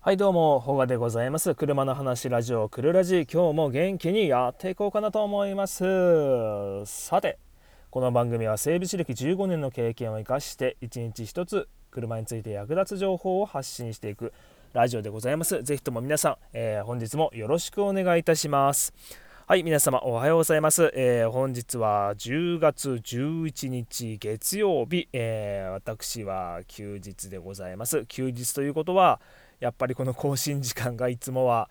はいどうも、ホガでございます。車の話ラジオくるラジ、今日も元気にやっていこうかなと思います。さて、この番組は整備士歴15年の経験を生かして一日一つ車について役立つ情報を発信していくラジオでございます。ぜひとも皆さん、本日もよろしくお願いいたします。はい、皆様おはようございます。本日は10月11日月曜日、私は休日でございます。休日ということはやっぱりこの更新時間がいつもは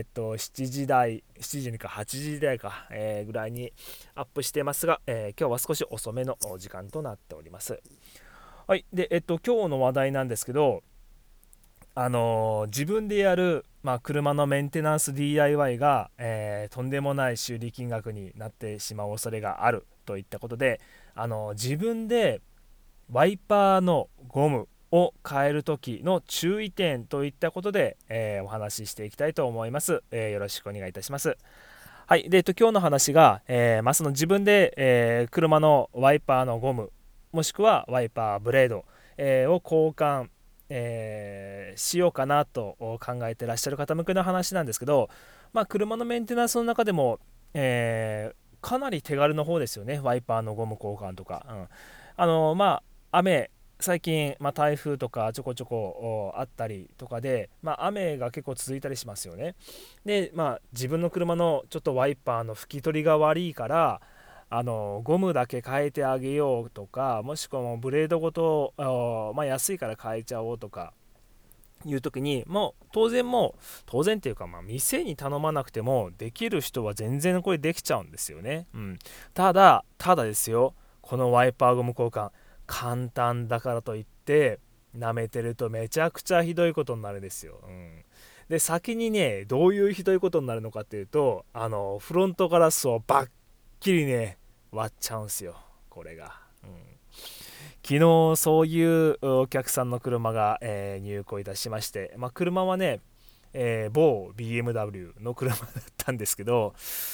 7時台7時か8時台か、ぐらいにアップしてますが、今日は少し遅めの時間となっております。はい。で、今日の話題なんですけど、自分でやる、車のメンテナンス DIY が、とんでもない修理金額になってしまう恐れがあるといったことで、自分でワイパーのゴムを変える時の注意点といったことで、お話ししていきたいと思います。よろしくお願いいたします。はい。で、今日の話が、その自分で、車のワイパーのゴムもしくはワイパーブレード、を交換、しようかなと考えてらっしゃる方向けの話なんですけど、車のメンテナンスの中でも、かなり手軽の方ですよね。ワイパーのゴム交換とか、雨最近、台風とかちょこちょこあったりとかで、雨が結構続いたりしますよね。で、自分の車のちょっとワイパーの拭き取りが悪いからゴムだけ変えてあげようとか、もしくはもうブレードごと安いから変えちゃおうとかいう時に、もう当然っていうか、店に頼まなくてもできる人は全然これできちゃうんですよね。ただですよ、このワイパーゴム交換簡単だからといって舐めてるとめちゃくちゃひどいことになるんですよ。で、先にね、どういうひどいことになるのかっていうと、フロントガラスをバッキリね割っちゃうんすよ、これが。昨日そういうお客さんの車が、入庫いたしまして、車はね、某 BMW の車だったんですけど、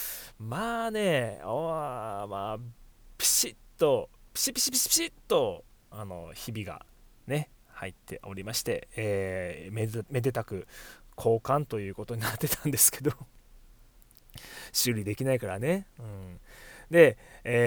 ピシッとピシピシピシピシッとひびがね入っておりまして、めでたく交換ということになってたんですけど修理できないからね。で、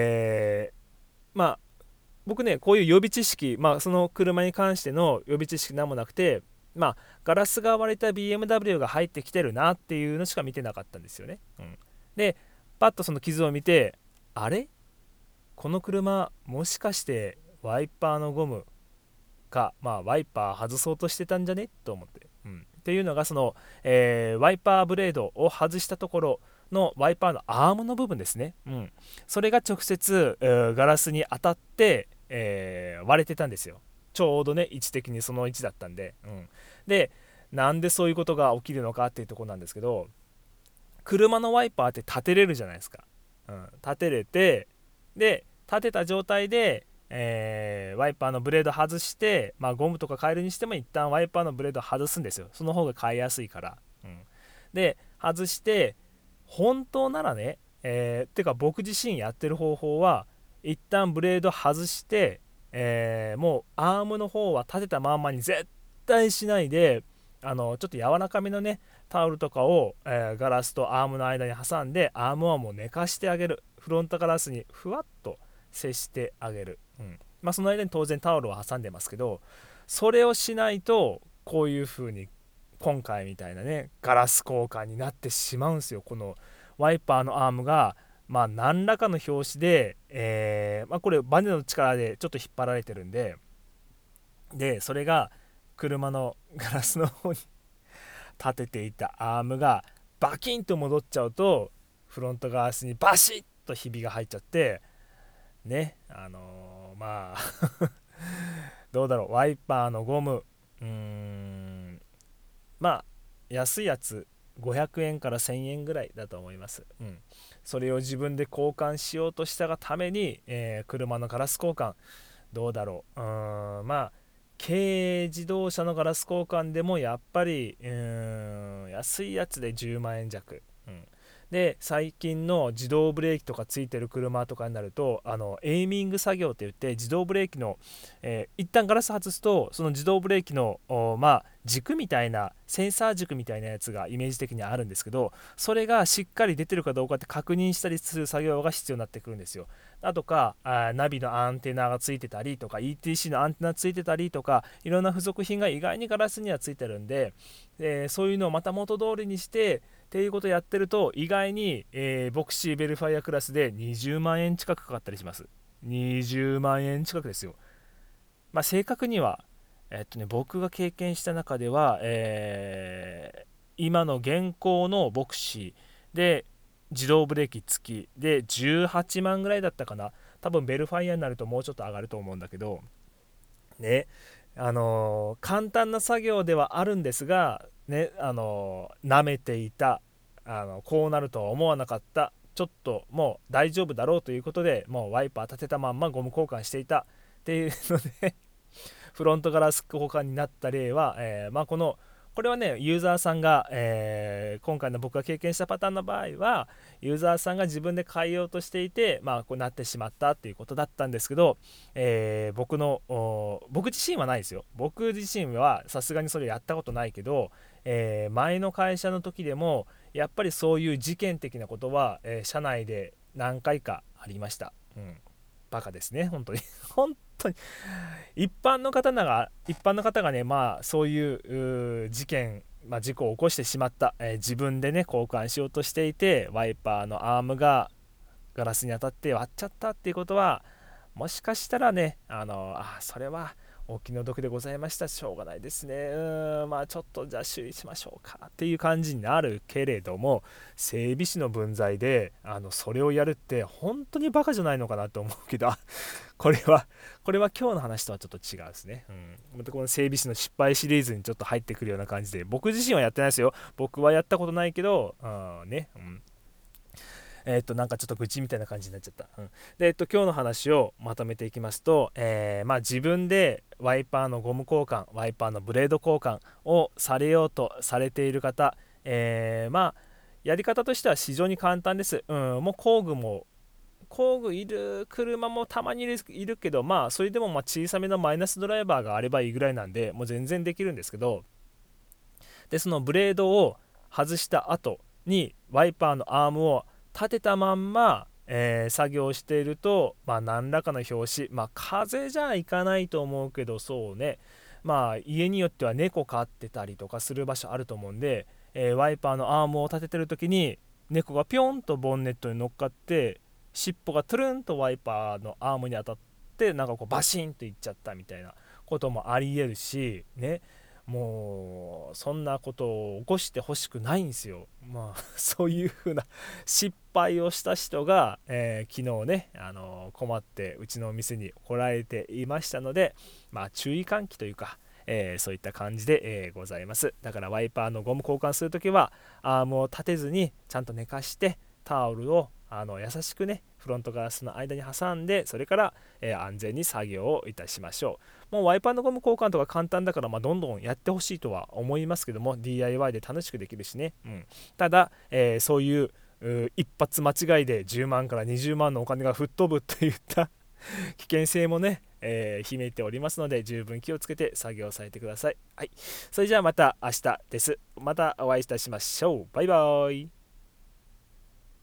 僕ね、こういう予備知識、その車に関しての予備知識なんもなくて、ガラスが割れた BMW が入ってきてるなっていうのしか見てなかったんですよね。で、パッとその傷を見て、あれこの車もしかしてワイパーのゴムか、ワイパー外そうとしてたんじゃねと思って、っていうのがその、ワイパーブレードを外したところのワイパーのアームの部分ですね。それが直接、ガラスに当たって、割れてたんですよ。ちょうどね位置的にその位置だったんで。で、なんでそういうことが起きるのかっていうところなんですけど、車のワイパーって立てれるじゃないですか。立てれて、で立てた状態で、ワイパーのブレード外して、ゴムとか変えるにしても一旦ワイパーのブレード外すんですよ。その方が変えやすいから。で外して、本当ならね、てか僕自身やってる方法は、一旦ブレード外して、もうアームの方は立てたまんまに絶対しないで、ちょっと柔らかめのねタオルとかを、ガラスとアームの間に挟んで、アームはもう寝かしてあげる。フロントガラスにふわっと接してあげる。その間に当然タオルを挟んでますけど、それをしないとこういう風に今回みたいなねガラス交換になってしまうんですよ。このワイパーのアームが何らかの拍子で、これバネの力でちょっと引っ張られてるんで、それが車のガラスの方に立てていたアームがバキンと戻っちゃうと、フロントガラスにバシッとひびが入っちゃってね、どうだろう、ワイパーのゴム、安いやつ500円から1000円ぐらいだと思います。それを自分で交換しようとしたがために、車のガラス交換どうだろう、軽自動車のガラス交換でもやっぱり安いやつで10万円弱、で最近の自動ブレーキとかついてる車とかになると、エイミング作業って言って、自動ブレーキの、一旦ガラス外すとその自動ブレーキの軸みたいなセンサー軸みたいなやつがイメージ的にあるんですけど、それがしっかり出てるかどうかって確認したりする作業が必要になってくるんですよ。あとかナビのアンテナがついてたりとか ETC のアンテナついてたりとか、いろんな付属品が意外にガラスにはついてるんで、そういうのをまた元通りにしてっていうことをやってると、意外に、ボクシーベルファイアクラスで20万円近くかかったりします。20万円近くですよ。正確には僕が経験した中では、今の現行のボクシーで自動ブレーキ付きで18万ぐらいだったかな。多分ベルファイアになるともうちょっと上がると思うんだけどね。簡単な作業ではあるんですがね、舐めていた、こうなるとは思わなかった、ちょっともう大丈夫だろうということで、もうワイパー立てたまんまゴム交換していたっていうのでフロントガラス交換になった例は、これはねユーザーさんが、今回の僕が経験したパターンの場合はユーザーさんが自分で変えようとしていて、こうなってしまったっていうことだったんですけど、僕自身はないですよ。僕自身はさすがにそれやったことないけど、前の会社の時でもやっぱりそういう事件的なことは、社内で何回かありました。バカですね本当に本当に一般の方がね、そういう事件、事故を起こしてしまった、自分でね交換しようとしていてワイパーのアームがガラスに当たって割っちゃったっていうことは、もしかしたらねそれはお気の毒でございました、しょうがないですね、ちょっとじゃあ修理しましょうかっていう感じになるけれども、整備士の分際でそれをやるって本当にバカじゃないのかなと思うけど、これは今日の話とはちょっと違うですね。またこの整備士の失敗シリーズにちょっと入ってくるような感じで、僕自身はやってないですよ。僕はやったことないけど、なんかちょっと愚痴みたいな感じになっちゃった。で、今日の話をまとめていきますと、自分でワイパーのゴム交換、ワイパーのブレード交換をされようとされている方、やり方としては非常に簡単です。もう工具いる車もたまにいるけど、それでも小さめのマイナスドライバーがあればいいぐらいなんで、もう全然できるんですけど、でそのブレードを外した後にワイパーのアームを立てたまんま、作業していると、何らかの拍子、風じゃいかないと思うけど、そうね、家によっては猫飼ってたりとかする場所あると思うんで、ワイパーのアームを立ててる時に猫がピョンとボンネットに乗っかって尻尾がトゥルンとワイパーのアームに当たって、なんかこうバシンといっちゃったみたいなこともありえるしね。もうそんなことを起こしてほしくないんですよ。そういう風な失敗をした人が、昨日ね、困ってうちのお店に来られていましたので、注意喚起というか、そういった感じで、ございます。だからワイパーのゴム交換するときはアームを立てずにちゃんと寝かしてタオルを優しくねフロントガラスの間に挟んで、それから、安全に作業をいたしましょう。もうワイパーのゴム交換とか簡単だから、どんどんやってほしいとは思いますけども、 DIY で楽しくできるしね。ただ、そういう一発間違いで10万から20万のお金が吹っ飛ぶといった危険性もね、秘めておりますので、十分気をつけて作業されてください。はい、それじゃあまた明日です。またお会いいたしましょう。バイバーイ。